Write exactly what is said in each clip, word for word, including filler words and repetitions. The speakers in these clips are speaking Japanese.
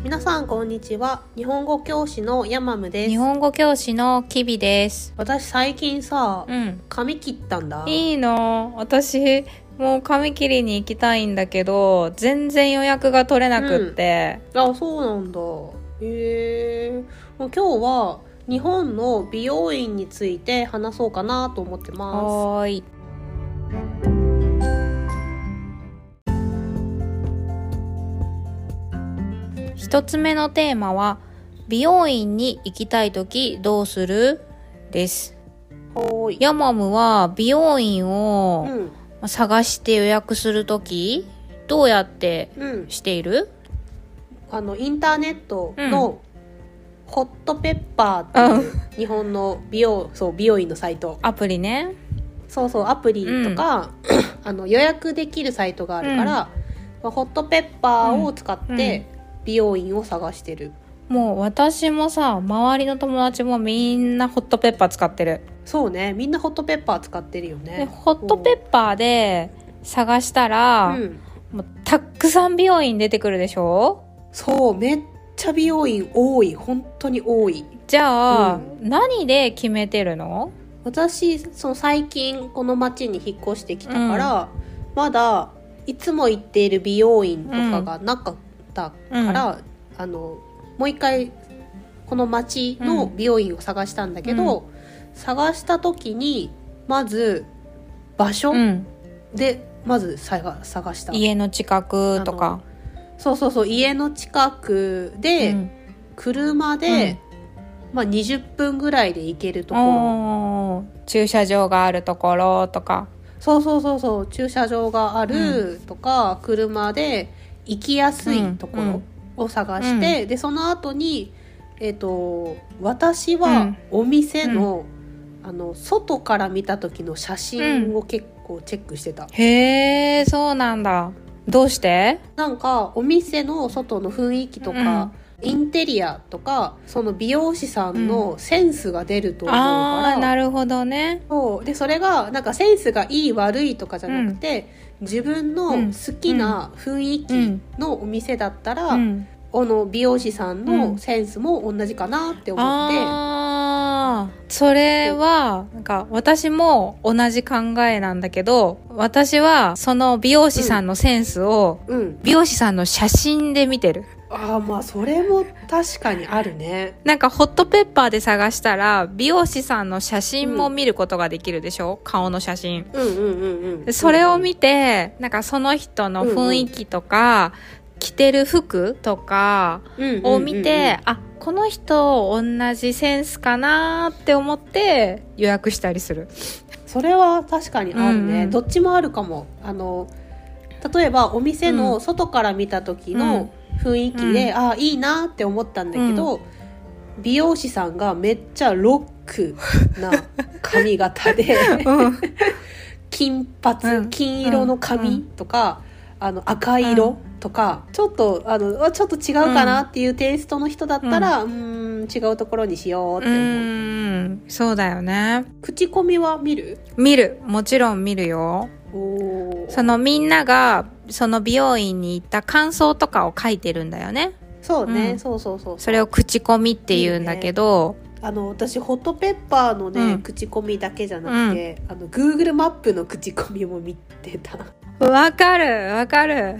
皆さんこんにちは。日本語教師のヤマムです。 日本語教師のキビです。 私最近さ、 うん、 髪切ったんだ。 いいの。私もう髪切りに行きたいんだけど全然予約が取れなくって、 うん、あ、そうなんだ。へえ。もう今日は日本の美容院について話そうかなと思ってます。 はーい。一つ目のテーマは美容院に行きたいときどうするです。 はーい。 ヤマムは美容院をうん、 探して予約するときどうやってしている？ うん、あのインターネットのホットペッパーっていう日本の美容、そう美容院のサイト、 アプリね。 そうそうアプリとか、うん、あの予約できるサイトがあるから、うん、ホットペッパーを使って美容院を探してる。 もう私もさ、周りの友達もみんなホットペッパー使ってる。 そうね、みんなホットペッパー使ってるよね。 でホットペッパーで探したら、うん、もうたくさん美容院出てくるでしょ。 そう、めっちゃ美容院多い、本当に多い。 じゃあ、うん、何で決めてるの？ 私その最近この町に引っ越してきたから、うん、まだいつも行っている美容院とかがなかったから、うん、あのもう一回この町の美容院を探したんだけど、うん、探した時にまず場所でまず探した、 家の近くとか。 そうそうそう、家の近くで、うん、車で、うんまあ、にじゅっぷんぐらいで行けるところ、 駐車場があるところとか。 そうそうそうそう、駐車場があるとか、うん、車で行きやすいところを探して、うんうん、でその後に、えーと、私はお店の、うん、あの外から見た時の写真を結構チェックしてた、うん、 へー、そうなんだ。どうして？ なんかお店の外の雰囲気とか、うん、インテリアとかその美容師さんのセンスが出ると思うから、 うん、あー、なるほどね。 そうで、それがなんかセンスがいい悪いとかじゃなくて、うん、自分の好きな雰囲気のお店だったら、うん、この美容師さんのセンスも同じかなって思って、うん、 あー、それはなんか私も同じ考えなんだけど、私はその美容師さんのセンスを美容師さんの写真で見てる。 ああ、まあそれも確かにあるね。 なんかホットペッパーで探したら美容師さんの写真も見ることができるでしょ、うん、顔の写真、 うんうんうんうん、 それを見てなんかその人の雰囲気とか、うんうん、着てる服とかを見て、うんうんうんうん、あ、この人同じセンスかなって思って予約したりする。 それは確かにあるね、うんうん、どっちもあるかも。あの例えばお店の外から見た時の雰囲気で、うん、ああいいなって思ったんだけど、うん、美容師さんがめっちゃロックな髪型で、うん、金髪、うん、金色の髪とか、うん、あの赤色とか、うん、ちょっとあのちょっと違うかなっていうテイストの人だったら、うん、うーん違うところにしようって思う。うん、 そうだよね。 口コミは見る？ 見る、もちろん見るよ。お、そのみんながその美容院に行った感想とかを書いてるんだよね。 そうね、うん、そうそうそうそう。 それを口コミって言うんだけど、 いいね、あの私ホットペッパーのね、うん、口コミだけじゃなくて、うん、あの Google マップの口コミも見てた。 わかるわかる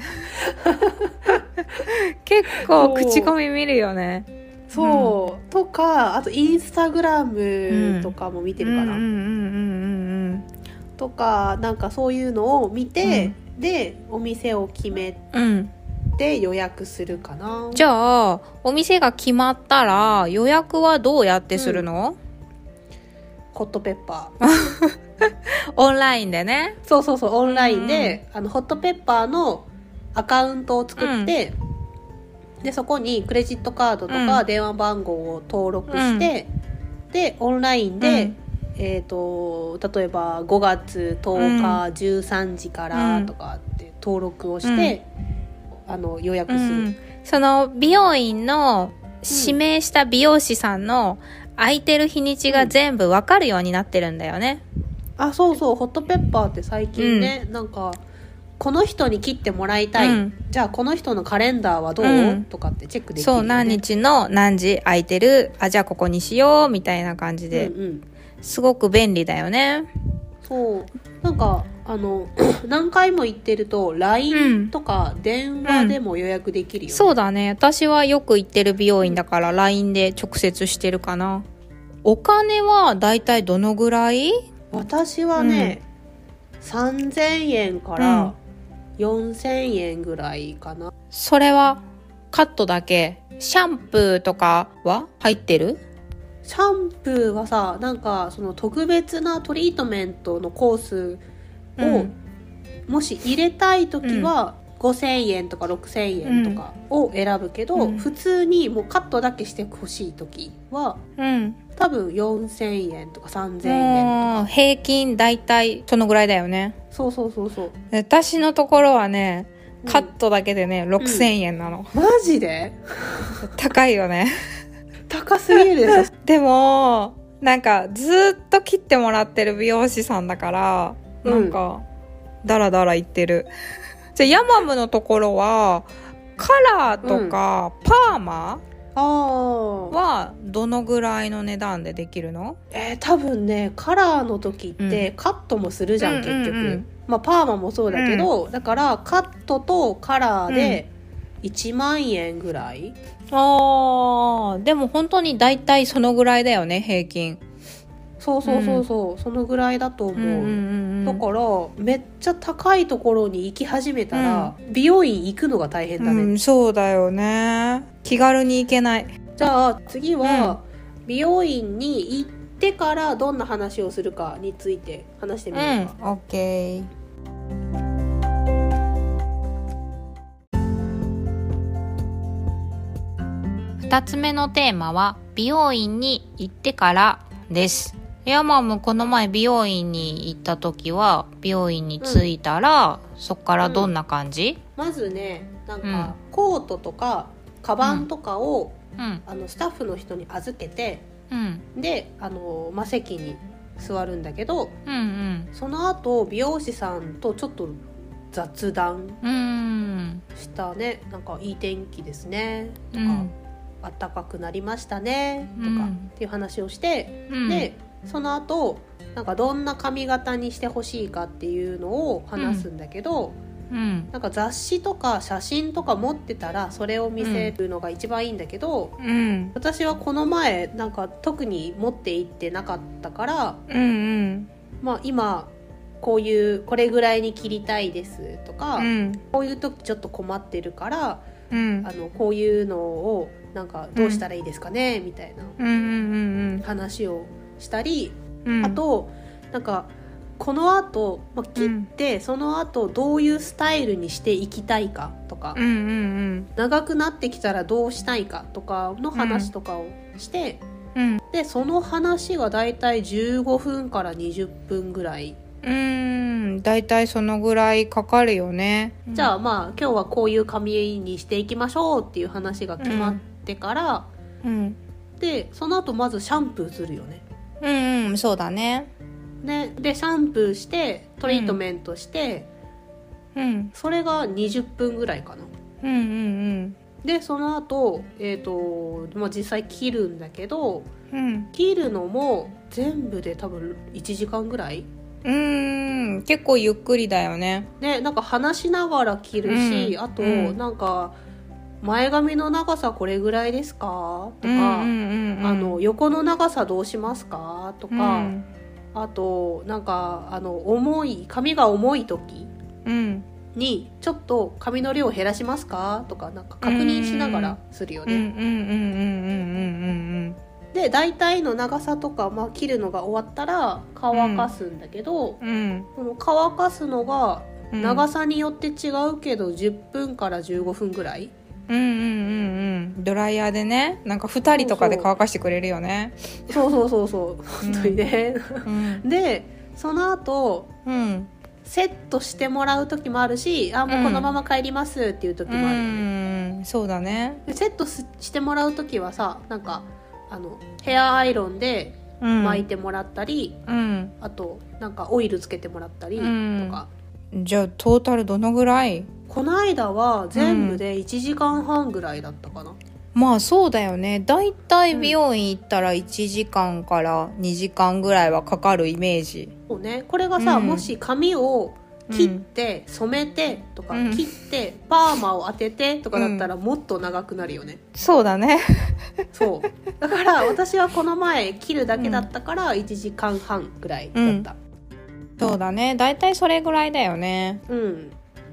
結構口コミ見るよね。 そう、うん、とかあとインスタグラムとかも見てるかな、うんうんうんうんうんとか、なんかそういうのを見て、うん、でお店を決めて予約するかな、うん、 じゃあお店が決まったら予約はどうやってするの？うん、 ホットペッパーオンラインでね。 そうそうそう、オンラインで、うん、あのホットペッパーのアカウントを作って、うん、でそこにクレジットカードとか電話番号を登録して、うん、でオンラインで、うん、えーと、例えばごがつとおかじゅうさんじからとかって登録をして、うん、あの予約する、うん、 その美容院の指名した美容師さんの空いてる日にちが全部分かるようになってるんだよね、 うん、あ、そうそう、ホットペッパーって最近ね、うん、なんかこの人に切ってもらいたい、うん、じゃあこの人のカレンダーはどう、うん、とかってチェックできるよね。 そう、何日の何時空いてる、あ、じゃあここにしようみたいな感じで、うんうん、すごく便利だよね。 そうなんかあの何回も言ってると ライン とか電話でも予約できるよね、 うん、そうだね。私はよく行ってる美容院だから ライン で直接してるかな。お金はだいたいどのぐらい？ 私はね、うん、さんぜんえんからよんせんえんぐらいかな、うん、 それはカットだけ？シャンプーとかは入ってる？ シャンプーはさ、なんかその特別なトリートメントのコースを、うん、もし入れたいときはごせんえんとかろくせんえんとかを選ぶけど、うん、普通にもうカットだけしてほしいときは、うん、多分よんせんえんとかさんぜんえんとか。 平均だいたいそのぐらいだよね。 そうそうそうそう。 私のところはね、カットだけでね、うん、ろくせんえんなの。 マジで？ 高いよね。 高すぎるでしょ。 でもなんかずっと切ってもらってる美容師さんだから、うん、なんかダラダラ言ってる。じゃあヤマムのところはカラーとかパーマ、うん、はどのぐらいの値段でできるの？ えー、多分ねカラーの時ってカットもするじゃん、うん、結局、うんうんうん、まあパーマもそうだけど、うん、だからカットとカラーでいちまんえんぐらい、うん、 あーでも本当にだいたいそのぐらいだよね、平均。 そうそうそうそう、うん、そのぐらいだと思う、うんうんうん、だからめっちゃ高いところに行き始めたら、うん、美容院行くのが大変だね、 うん、そうだよね。気軽に行けない。 じゃあ次は、うん、美容院に行ってからどんな話をするかについて話してみようか。 うん、オッケー。ふたつめのテーマは美容院に行ってからです。ヤマムこの前美容院に行った時は美容院に着いたら、うん、そっからどんな感じ？ うん、まずねなんか、うん、コートとかカバンとかを、うん、あのスタッフの人に預けて、うん、であの、ま、席に座るんだけど、うんうん、その後美容師さんとちょっと雑談したね、うん、なんかいい天気ですねとか、うん、暖かくなりましたねとか、うん、っていう話をして、うん、でその後なんかどんな髪型にしてほしいかっていうのを話すんだけど、うん、なんか雑誌とか写真とか持ってたらそれを見せるのが一番いいんだけど、うん、私はこの前なんか特に持って行ってなかったから、うんうん、まあ今こういうこれぐらいに切りたいですとか、うん、こういう時ちょっと困ってるから、うん、あのこういうのをなんかどうしたらいいですかね、うん、みたいな話をしたり、うん、あとなんかこの後、まあ、切って、うん、その後どういうスタイルにしていきたいかとか、うんうんうん、長くなってきたらどうしたいかとかの話とかをして、うん、でその話がだいたいじゅうごふんからにじゅっぷんぐらい。 うーん、だいたいそのぐらいかかるよね。 じゃあまあ今日はこういう髪にしていきましょうっていう話が決まってから、うん、でその後まずシャンプーするよね。 うんうん、そうだね。 ね、でシャンプーしてトリートメントして、うん、それがにじゅっぷんぐらいかな。うんうんうん。でその後、えーとまあ、実際切るんだけど、うん、切るのも全部で多分いちじかんぐらい。 うーん、結構ゆっくりだよね。 でなんか話しながら切るし、うん、あと、うん、なんか前髪の長さこれぐらいですかとか、うんうんうんうん、あの横の長さどうしますかとか、うん、あとなんかあの重い髪が重い時にちょっと髪の量減らしますかとかなんか確認しながらするよね。で大体の長さとか、まあ、切るのが終わったら乾かすんだけど、うん、この乾かすのが長さによって違うけどじゅっぷんからじゅうごふんぐらい。 うんうんうんうん、ドライヤーでね、なんかふたりとかで乾かしてくれるよね。 そうそうそうそう本当にね、うん、でその後、うん、セットしてもらう時もあるし、あもうこのまま帰りますっていう時もあるよね、 うんうん、そうだね。 でセットしてもらう時はさ、なんかあのヘアアイロンで巻いてもらったり、うん、あとなんかオイルつけてもらったりとか、 じゃあトータルどのぐらい？ この間は全部でいちじかんはんぐらいだったかな、うん、 まあそうだよね。だいたい美容院行ったらいちじかんからにじかんぐらいはかかるイメージ。 そうね、これがさ、うん、もし髪を切って染めてとか、うん、切ってパーマを当ててとかだったらもっと長くなるよね、 うん、そうだねそうだから私はこの前切るだけだったからいちじかんはんぐらいだった、うん、 そうだね、だいたいそれぐらいだよね。 うん。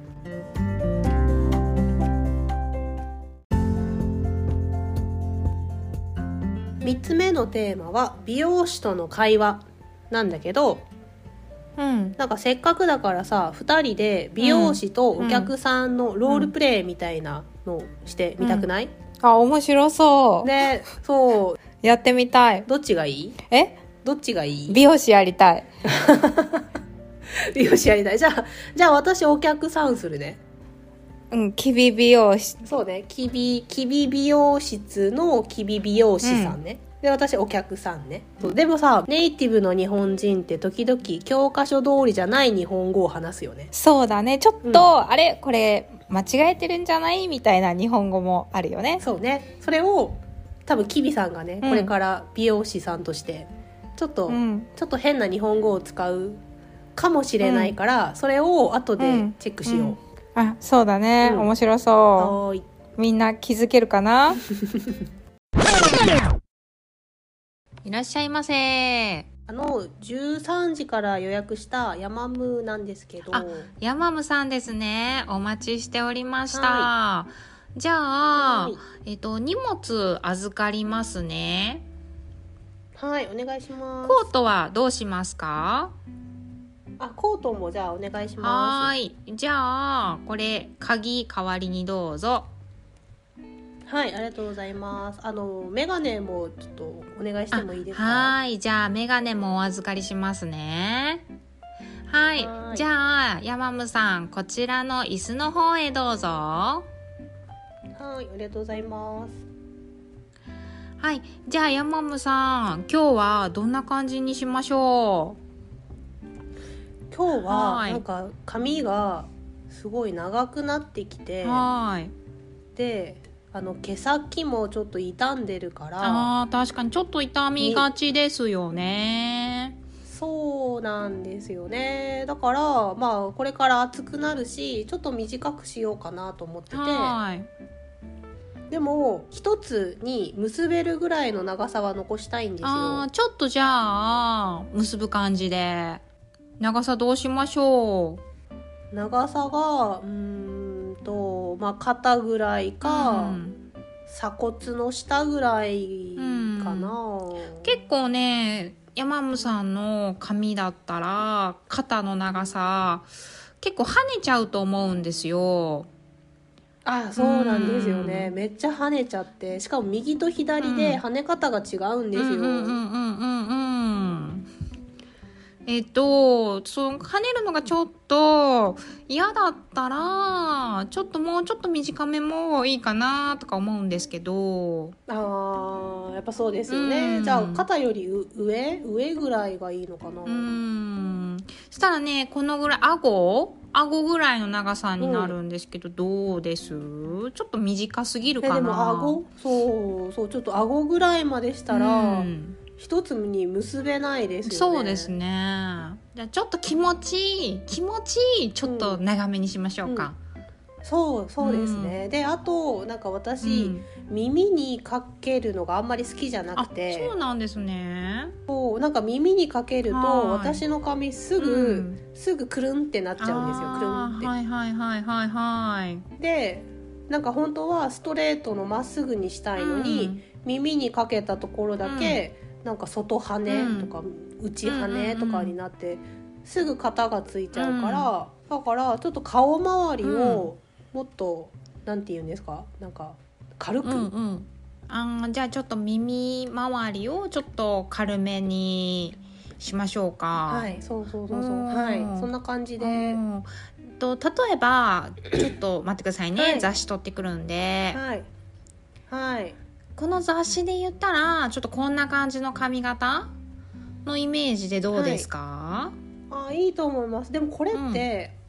みっつめのテーマは美容師との会話なんだけど、 うん、 なんかせっかくだからさふたりで美容師とお客さんのロールプレイみたいなのをしてみたくない？ うん、あ、面白そうね。そうやってみたい。 どっちがいい？ えどっちがいい？ 美容師やりたい美容師やりたい。じゃあじゃあ私お客さんするね。 うん、キビ美容師。 そうね、キビキビ美容室のキビ美容師さんね、うん、で私お客さんね。そうでもさ、ネイティブの日本人って時々教科書通りじゃない日本語を話すよね。 そうだね、ちょっと、うん、あれこれ間違えてるんじゃないみたいな日本語もあるよね。 そうね、それを多分キビさんがね、うん、これから美容師さんとしてちょっと、うん、ちょっと変な日本語を使うかもしれないから、うん、それを後でチェックしよう、うんうん、 あ、そうだね、うん、面白そう。みんな気づけるかないらっしゃいませ。 あのじゅうさんじから予約したヤマムなんですけど。 あ、ヤマムさんですね。お待ちしておりました。はい、じゃあ、はい、えっと荷物預かりますね。 はい、お願いします。 コートはどうしますか？ あ、コートもじゃあお願いします。 はい、じゃあこれ鍵代わりにどうぞ。 はい、ありがとうございます。あのメガネもちょっとお願いしてもいいですか？ はい、じゃあメガネもお預かりしますね。はい、はい、じゃあヤマムさん、こちらの椅子の方へどうぞ。はい、ありがとうございます。 はい、じゃあヤマムさん、今日はどんな感じにしましょう？今日はなんか髪がすごい長くなってきて、 はい、 であの毛先もちょっと傷んでるから。 あ、確かにちょっと傷みがちですよね。 そうなんですよね。だからまあこれから暑くなるしちょっと短くしようかなと思ってて、 はい、 でも一つに結べるぐらいの長さは残したいんですよ。 あ、ちょっとじゃあ結ぶ感じで。長さどうしましょう？長さがうーんと、まあ、肩ぐらいか、うん、鎖骨の下ぐらいかな、うん、 結構ねヤマムさんの髪だったら肩の長さ結構跳ねちゃうと思うんですよ。 あ、そうなんですよね、うん、めっちゃ跳ねちゃって、しかも右と左で跳ね方が違うんですよ。うんうんうんうんうんえっと、その跳ねるのがちょっと嫌だったらちょっともうちょっと短めもいいかなとか思うんですけど。 あー、やっぱそうですよね、うん、じゃあ肩より上上ぐらいがいいのかな。 うん、そしたらね、このぐらい顎顎ぐらいの長さになるんですけど、うん、どうです？ちょっと短すぎるかな。 えでも顎そうそうちょっと顎ぐらいまでしたら、うん一つに結べないですよね。 そうですね。じゃあちょっと気持ちいい気持ちいいちょっと長めにしましょうか、 うんうん、そうそうですね、うん、であとなんか私、うん、耳にかけるのがあんまり好きじゃなくて。 あ、そうなんですね。 そうなんか耳にかけると私の髪すぐ、うん、すぐくるんってなっちゃうんですよ。くるんって。 はいはいはいはいはい。 でなんか本当はストレートのまっすぐにしたいのに、うん、耳にかけたところだけ、うんなんか外羽ねとか、うん、内羽ねとかになって、うんうんうん、すぐ肩がついちゃうから、うん、だからちょっと顔周りをもっと、うん、なんて言うんですか、なんか軽く、うんうん、 あじゃあちょっと耳周りをちょっと軽めにしましょうか。 はい、そうそうそうそう、はい、そんな感じで。 と例えばちょっと待ってくださいね、はい、雑誌取ってくるんで。 はいはいこの雑誌で言ったらちょっとこんな感じの髪型のイメージでどうですか？ はい、あ、いいと思います。でもこれって、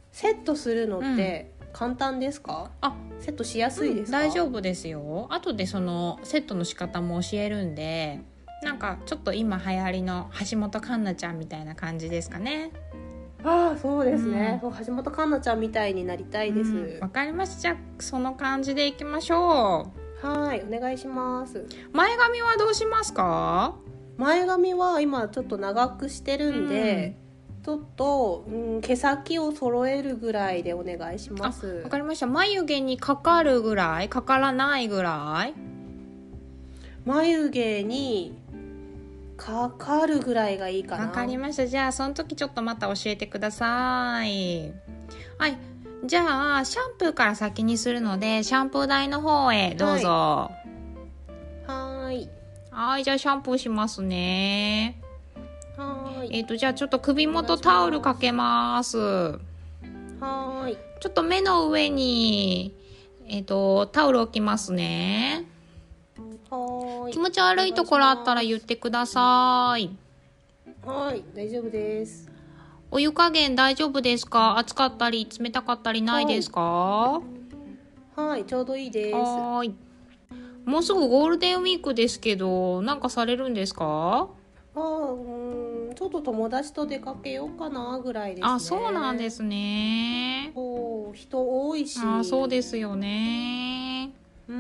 セットするのって簡単ですか？ あ、 セットしやすいですか？ うん、大丈夫ですよ。後でそのセットの仕方も教えるんで、なんかちょっと今流行りの橋本環奈ちゃんみたいな感じですかね。 ああ、そうですね、 うそう橋本環奈ちゃんみたいになりたいです。 うん、わかりました。じゃあその感じでいきましょう。はい、お願いします。 前髪はどうしますか？ 前髪は今ちょっと長くしてるんで、うん、ちょっと、うん、毛先を揃えるぐらいでお願いします。 わかりました。眉毛にかかるぐらい、かからないぐらい？ 眉毛にかかるぐらいがいいかな。 わかりました。じゃあその時ちょっとまた教えてください。はい、じゃあシャンプーから先にするので、シャンプー台の方へどうぞ。 はい、はいはい、じゃあシャンプーしますね。 はい。 えっとじゃあちょっと首元タオルかけます。 はい。 ちょっと目の上にえっとタオル置きますね。 はい。 気持ち悪いところあったら言ってください。 はい、大丈夫です。 お湯加減大丈夫ですか？熱かったり冷たかったりないですか？ はい、はい、ちょうどいいです。 はい。もうすぐゴールデンウィークですけど、なんかされるんですか？ あー、うん、ちょっと友達と出かけようかなぐらいですね。 あ、そうなんですね。 お、人多いし。 あ、そうですよね。 うん。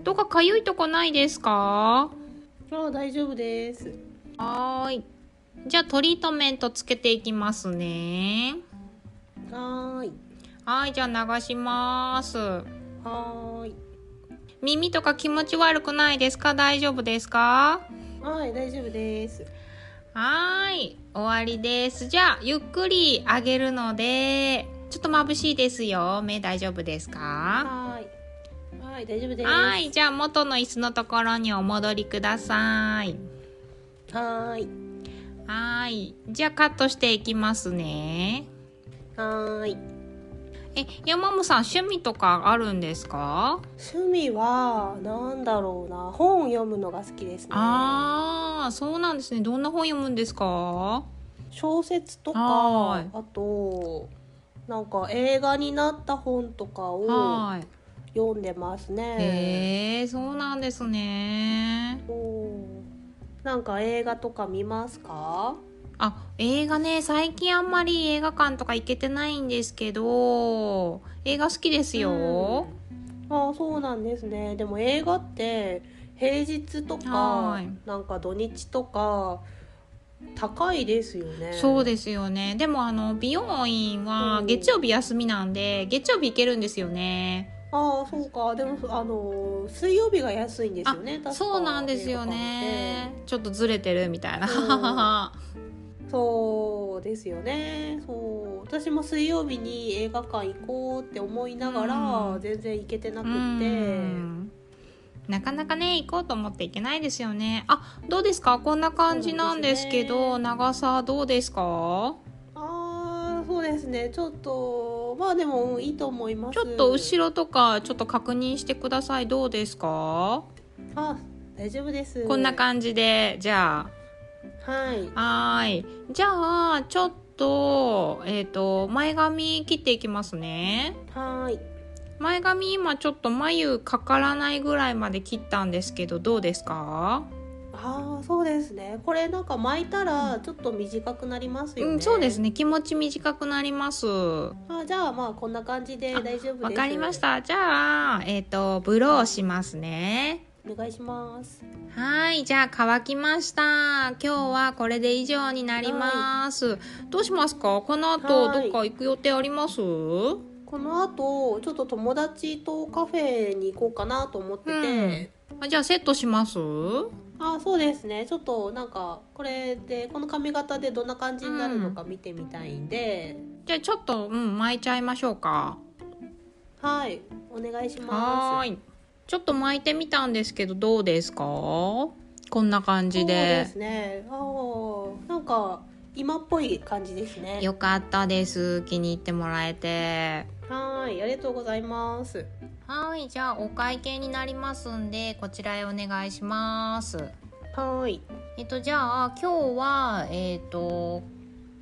どっかかゆいとこないですか？ あ、大丈夫です。 はーい。じゃあトリートメントつけていきますね。 はーい。 はい、じゃあ流します。 はーい。 耳とか気持ち悪くないですか？大丈夫ですか？ はい、大丈夫です。 はーい、終わりです。じゃあゆっくり上げるので、ちょっと眩しいですよ。目大丈夫ですか？ はい。はい、大丈夫です。 はい、じゃあ元の椅子のところにお戻りください。 はい。 はい、じゃあカットしていきますね。 はい。 え、山本さん趣味とかあるんですか？ 趣味はなんだろうな、本を読むのが好きですね。 ああ、そうなんですね。どんな本読むんですか？ 小説とか、 はい、 あとなんか映画になった本とかを読んでますね。 へえ、そうなんですね。 なんか映画とか見ますか？ あ、映画ね、最近あんまり映画館とか行けてないんですけど、映画好きですよ。 うん、あ、そうなんですね。でも映画って平日とかなんか土日とか高いですよね。 そうですよね。でもあの美容院は月曜日休みなんで、月曜日行けるんですよね。 ああ、そうか。でもあの水曜日が安いんですよね。確かそうなんですよね。ちょっとずれてるみたいな。 そうですよね。そう、私も水曜日に映画館行こうって思いながら全然行けてなくって、 なかなかね行こうと思って行けないですよね。あ、どうですか？こんな感じなんですけど、長さどうですか？ あー、そうですね。ちょっとまあでもいいと思います。 ちょっと後ろとかちょっと確認してください。どうですか？ あ、大丈夫です。 こんな感じで、じゃあはい。 はい。じゃあちょっとえっと前髪切っていきますね。 はい。 前髪今ちょっと眉かからないぐらいまで切ったんですけど、どうですか？ ああ、そうですね。これなんか巻いたらちょっと短くなりますよね。 うん、そうですね。気持ち短くなります。 あ、じゃあまあこんな感じで大丈夫です。 わかりました。じゃあえっとブローしますね。 お願いします。 はい、じゃあ乾きました。今日はこれで以上になります。はい、どうしますか？この後どっか行く予定あります？ この後ちょっと友達とカフェに行こうかなと思ってて、 うん、あ、じゃあセットします？ あ、そうですね。ちょっとなんかこれでこの髪型でどんな感じになるのか見てみたいんで、 うん、じゃあちょっと、うん、巻いちゃいましょうか。 はい、お願いします。 はい、ちょっと巻いてみたんですけどどうですか？こんな感じで。 そうですね。あー、なんか今っぽい感じですね。 よかったです。気に入ってもらえて。 はい、ありがとうございます。 はい、じゃあお会計になりますんでこちらへお願いします。 はい。 えっとじゃあ今日はえっと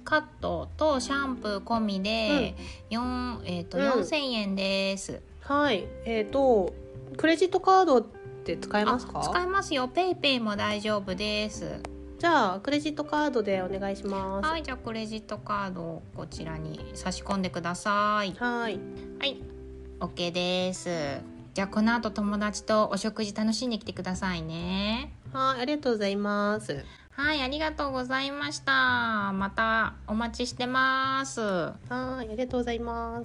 カットとシャンプー込みで、うんよんえーとうん、よんせんえんです。 はいえーとクレジットカードって使えますか？ 使えますよ。ペイペイも大丈夫です。 じゃあクレジットカードでお願いします。 はい、じゃあクレジットカードをこちらに差し込んでください。 はいはい OK です。じゃあこの後友達とお食事楽しんできてくださいね。 はい、ありがとうございます。 はい、ありがとうございました。またお待ちしてます。 はい、ありがとうございます。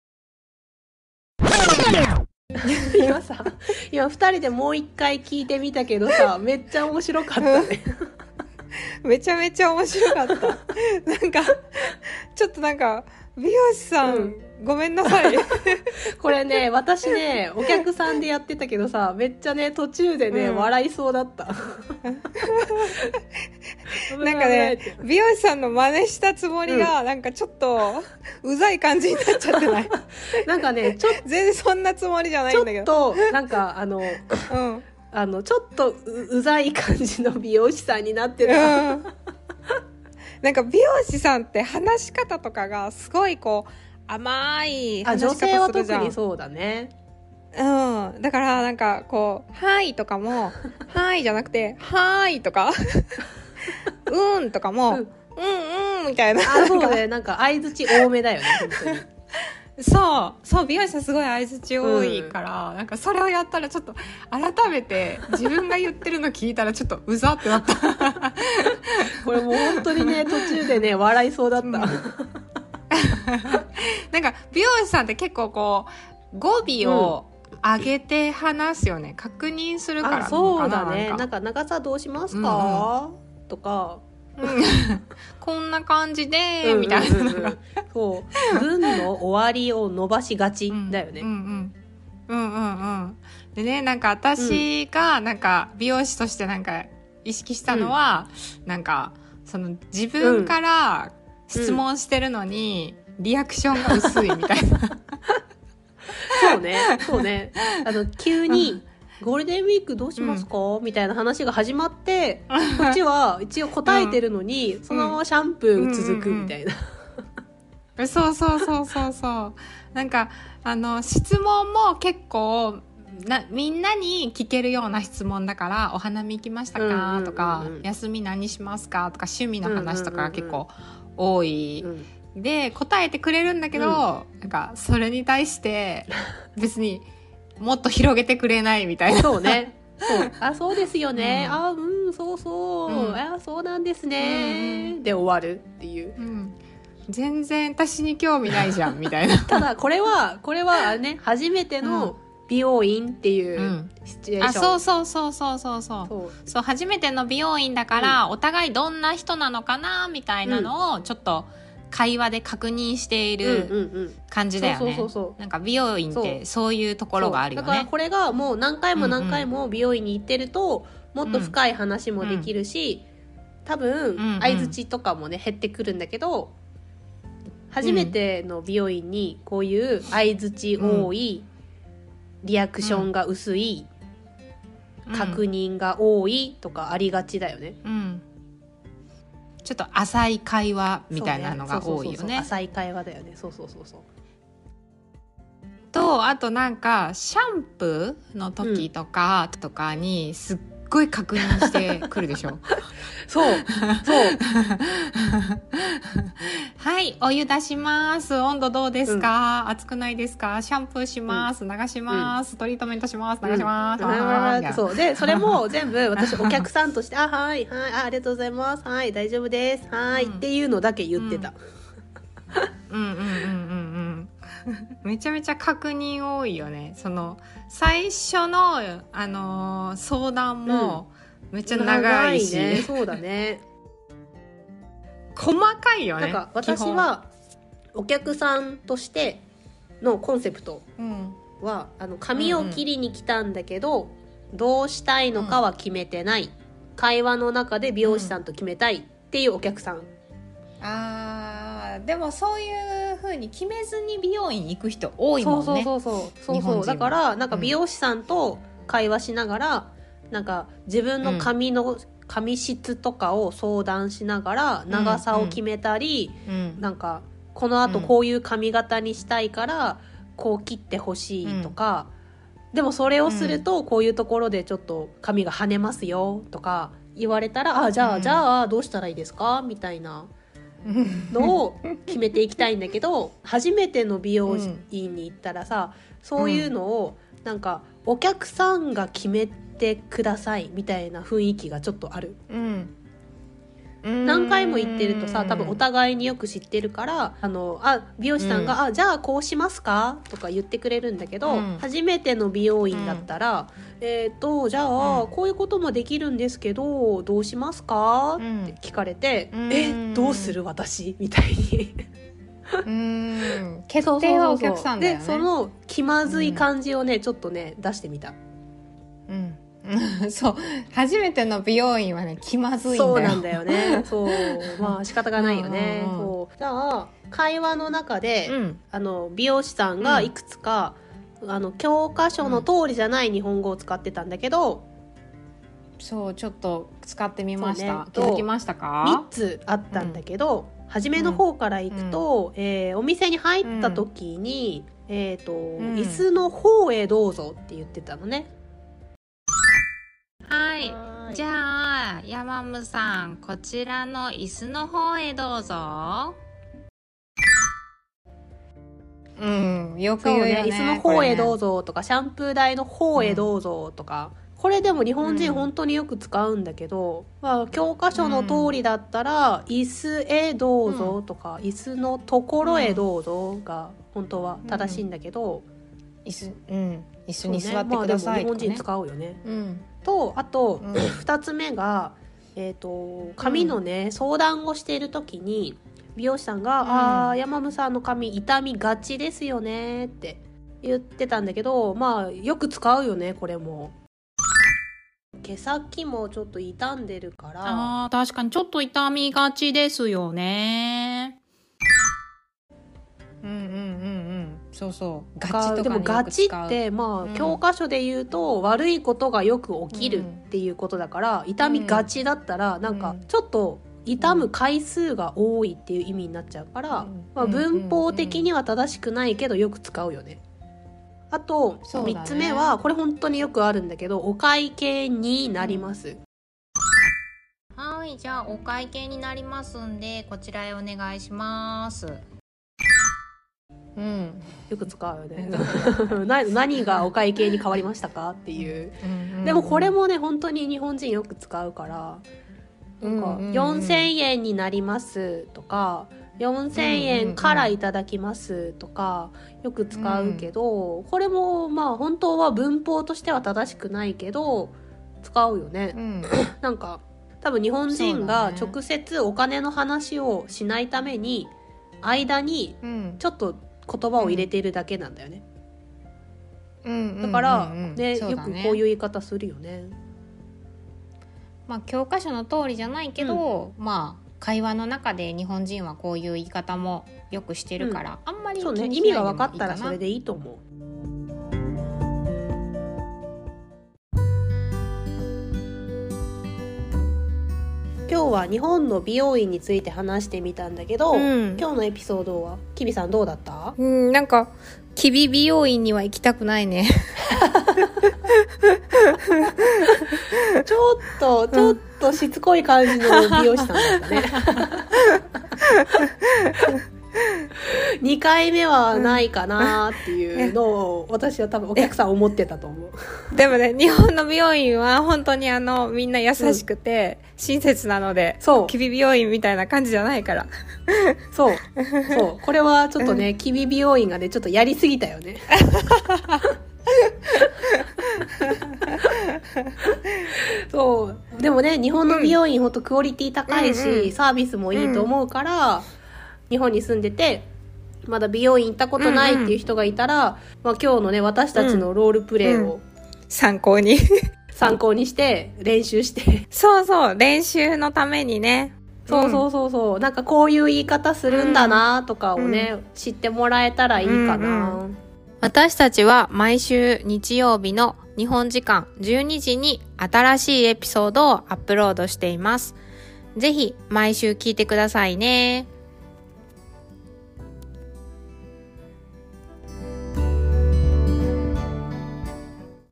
今さ、今ふたりでもう一回聞いてみたけどさ、めっちゃ面白かったね。 めちゃめちゃ面白かった。なんかちょっとなんか美容師さん、うん、ごめんなさい。 これね、私ね、お客さんでやってたけどさ、めっちゃね途中でね、うん、笑いそうだった。 なんかね、美容師さんの真似したつもりが、うん、なんかちょっとうざい感じになっちゃってない？ なんかね、ちょっと全然そんなつもりじゃないんだけど、 ちょっとなんかあの、うん、あのちょっと う, うざい感じの美容師さんになってた。うん、 なんか美容師さんって話し方とかがすごいこう甘い話し方するじゃん。 あ、女性は特にそうだね。 うん、だからなんかこうはいとかもはいじゃなくてはいとかうんとかも、うん、うんうんみたいな。 あ、そうね、なんか相づち多めだよね本当に。 そうそう、美容師さんすごい相づち多いから、うん、なんかそれをやったらちょっと改めて自分が言ってるの聞いたらちょっとうざってなった。 これもう本当にね途中でね笑いそうだった。うん、なんか美容師さんって結構こう語尾を上げて話すよね、うん、確認するから。 あ、そうだね。なんか長さどうしますか、うんうん、とか、 うん、こんな感じでみたいな、うんうんうん、 そう文の終わりを伸ばしがちだよね。 うんうんうんうんうんうんでね、なんか私がなんか美容師としてなんか意識したのは、うん、なんかその自分から質問してるのにリアクションが薄いみたいな。 そうねそうね、あの急にゴールデンウィークどうしますか、うん、みたいな話が始まってこっちは一応答えてるのに、うん、そのままシャンプー続くみたいな、 うんうんうん、そうそうそうそうそうなんかあの質問も結構なみんなに聞けるような質問だから、お花見行きましたか、うんうんうんうん、とか休み何しますかとか趣味の話とかが結構多い、うんうんうん、で答えてくれるんだけど、うん、なんかそれに対して別にもっと広げてくれないみたいな。 そうね。そう。あ、そうですよね。うん、あ、うん、そうそう。うん、あ、そうなんですね、うん。で終わるっていう、うん。 全然私に興味ないじゃんみたいな。 ただこれはこれはね、初めての美容院っていうシチュエーション。 うん、あ、そうそうそうそうそうそう。そうそう初めての美容院だから、うん、お互いどんな人なのかなみたいなのをちょっと。会話で確認している感じだよね。なんか美容院ってそういうところがあるよね。 だからこれがもう何回も何回も美容院に行ってると、もっと深い話もできるし、うん、多分相づちとかもね減ってくるんだけど、初めての美容院にこういう相づち多い、うん、リアクションが薄い、うん、確認が多いとかありがちだよね。 うん、ちょっと浅い会話みたいなのが多いよね。 浅い会話だよね。そうそうそうそう。 とあとなんかシャンプーの時とか、うん、とかにすっごい確認してくるでしょ。 そうそうはいお湯出します、温度どうですか、うん、熱くないですか、シャンプーします、うん、流します、うん、トリートメントします、流します、うん、 そうでそれも全部私お客さんとしてあはいはいあありがとうございますはい大丈夫ですはい、うん、っていうのだけ言ってた。 うんうんうんうんうんめちゃめちゃ確認多いよね。その最初の、あのー、相談もめっちゃ長いし、 うん、長いね。そうだね。 細かいよね。 なんか私はお客さんとしてのコンセプトは、うん、あの髪を切りに来たんだけど、うんうん、どうしたいのかは決めてない、うん、会話の中で美容師さんと決めたいっていうお客さん、うん、 あーでもそういう風に決めずに美容院行く人多いもんね。 そうそうそうそうそうそうだからなんか美容師さんと会話しながら、うん、なんか自分の髪の髪質とかを相談しながら長さを決めたり、 うんうん、 なんかこの後こういう髪型にしたいからこう切ってほしいとか、うん、でもそれをするとこういうところでちょっと髪が跳ねますよとか言われたら、あじゃあ、うん、じゃあどうしたらいいですかみたいなのを決めていきたいんだけど初めての美容院に行ったらさ、そういうのをなんかお客さんが決めてくださいみたいな雰囲気がちょっとある、うん何回も言ってるとさ、多分お互いによく知ってるからあのあ美容師さんが、うん、あじゃあこうしますかとか言ってくれるんだけど、うん、初めての美容院だったら、うん、えっ、ー、とじゃあ、うん、こういうこともできるんですけどどうしますか、うん、って聞かれて、うん、えどうする私みたいにうん決定はお客さんだよね。 でその気まずい感じをね、うん、ちょっとね出してみた。 うんそう初めての美容院はね気まずいんだよ。 そうなんだよね。そうまあ仕方がないよね。うんうんうん、そうじゃあ会話の中で、うん、あの美容師さんがいくつか、うん、あの教科書の通りじゃない日本語を使ってたんだけど、 うん、そうちょっと使ってみました、ね、気づきましたか？ みっつあったんだけど、うん、初めの方からいくと、うんえー、お店に入った時に、うんえーとうん、椅子の方へどうぞって言ってたのね。 はい、はいじゃあ山武さんこちらの椅子の方へどうぞ。うんよく言うよね。 そうね、椅子の方へどうぞとか、ね、シャンプー台の方へどうぞとか、うん、これでも日本人本当によく使うんだけど、うんまあ、教科書の通りだったら、うん、椅子へどうぞとか、うん、椅子のところへどうぞが本当は正しいんだけど、 うん、椅子、うん、椅子に座ってくださいとかね、まあ、でも日本人使うよね、うんとあと、うん、ふたつめが、えーと、髪のね、うん、相談をしている時に美容師さんが、うん、あ山武さんの髪傷みがちですよねって言ってたんだけど、まあよく使うよねこれも。毛先もちょっと傷んでるからあ確かにちょっと傷みがちですよね。うんうんうんうんそうそうガチとかによく使う。 でもガチってまあ、うん、教科書で言うと悪いことがよく起きるっていうことだから、うん、傷みがちだったらなんかちょっと傷む回数が多いっていう意味になっちゃうから、うんまあ、文法的には正しくないけどよく使うよね。あと、ね、みっつめはこれ本当によくあるんだけどお会計になります、うん、 はいじゃあお会計になりますんでこちらへお願いします。 うん、よく使うよね何がお会計に変わりましたかっていう、うんうんうん、でもこれもね本当に日本人よく使うからなんかよんせんえんになりますとかよんせんえんからいただきますとかよく使うけど、これもまあ本当は文法としては正しくないけど使うよね、うん、なんか多分日本人が直接お金の話をしないために間にちょっと言葉を入れているだけなんだよね、うん、だから、うんうんうん、ね、よくこういう言い方するよね。 まあ教科書の通りじゃないけど、うん、まあ会話の中で日本人はこういう言い方もよくしてるから、うん、あんまり気にしないでもいいかな。そうね、意味が分かったらそれでいいと思う。今日は日本の美容院について話してみたんだけど、うん、今日のエピソードはキビさんどうだった？うん、なんかキビ美容院には行きたくないねちょっとちょっとしつこい感じの美容師さんだったねにかいめはないかなっていうのを私は多分お客さん思ってたと思うでもね日本の美容院は本当にあのみんな優しくて親切なので、うん、そうキビ美容院みたいな感じじゃないからそうそうこれはちょっとね、うん、キビ美容院がねちょっとやりすぎたよねそうでもね日本の美容院ほんとクオリティ高いし、うんうん、サービスもいいと思うから、うん、日本に住んでてまだ美容院行ったことないっていう人がいたら、うんうんまあ、今日のね私たちのロールプレイを、うん、 参考に参考にして練習してそうそう練習のためにねそうそうそうそう、うん、なんかこういう言い方するんだなとかをね、うん、知ってもらえたらいいかな、うんうん、 私たちは毎週日曜日の日本時間じゅうにじに新しいエピソードをアップロードしています。ぜひ毎週聞いてくださいね。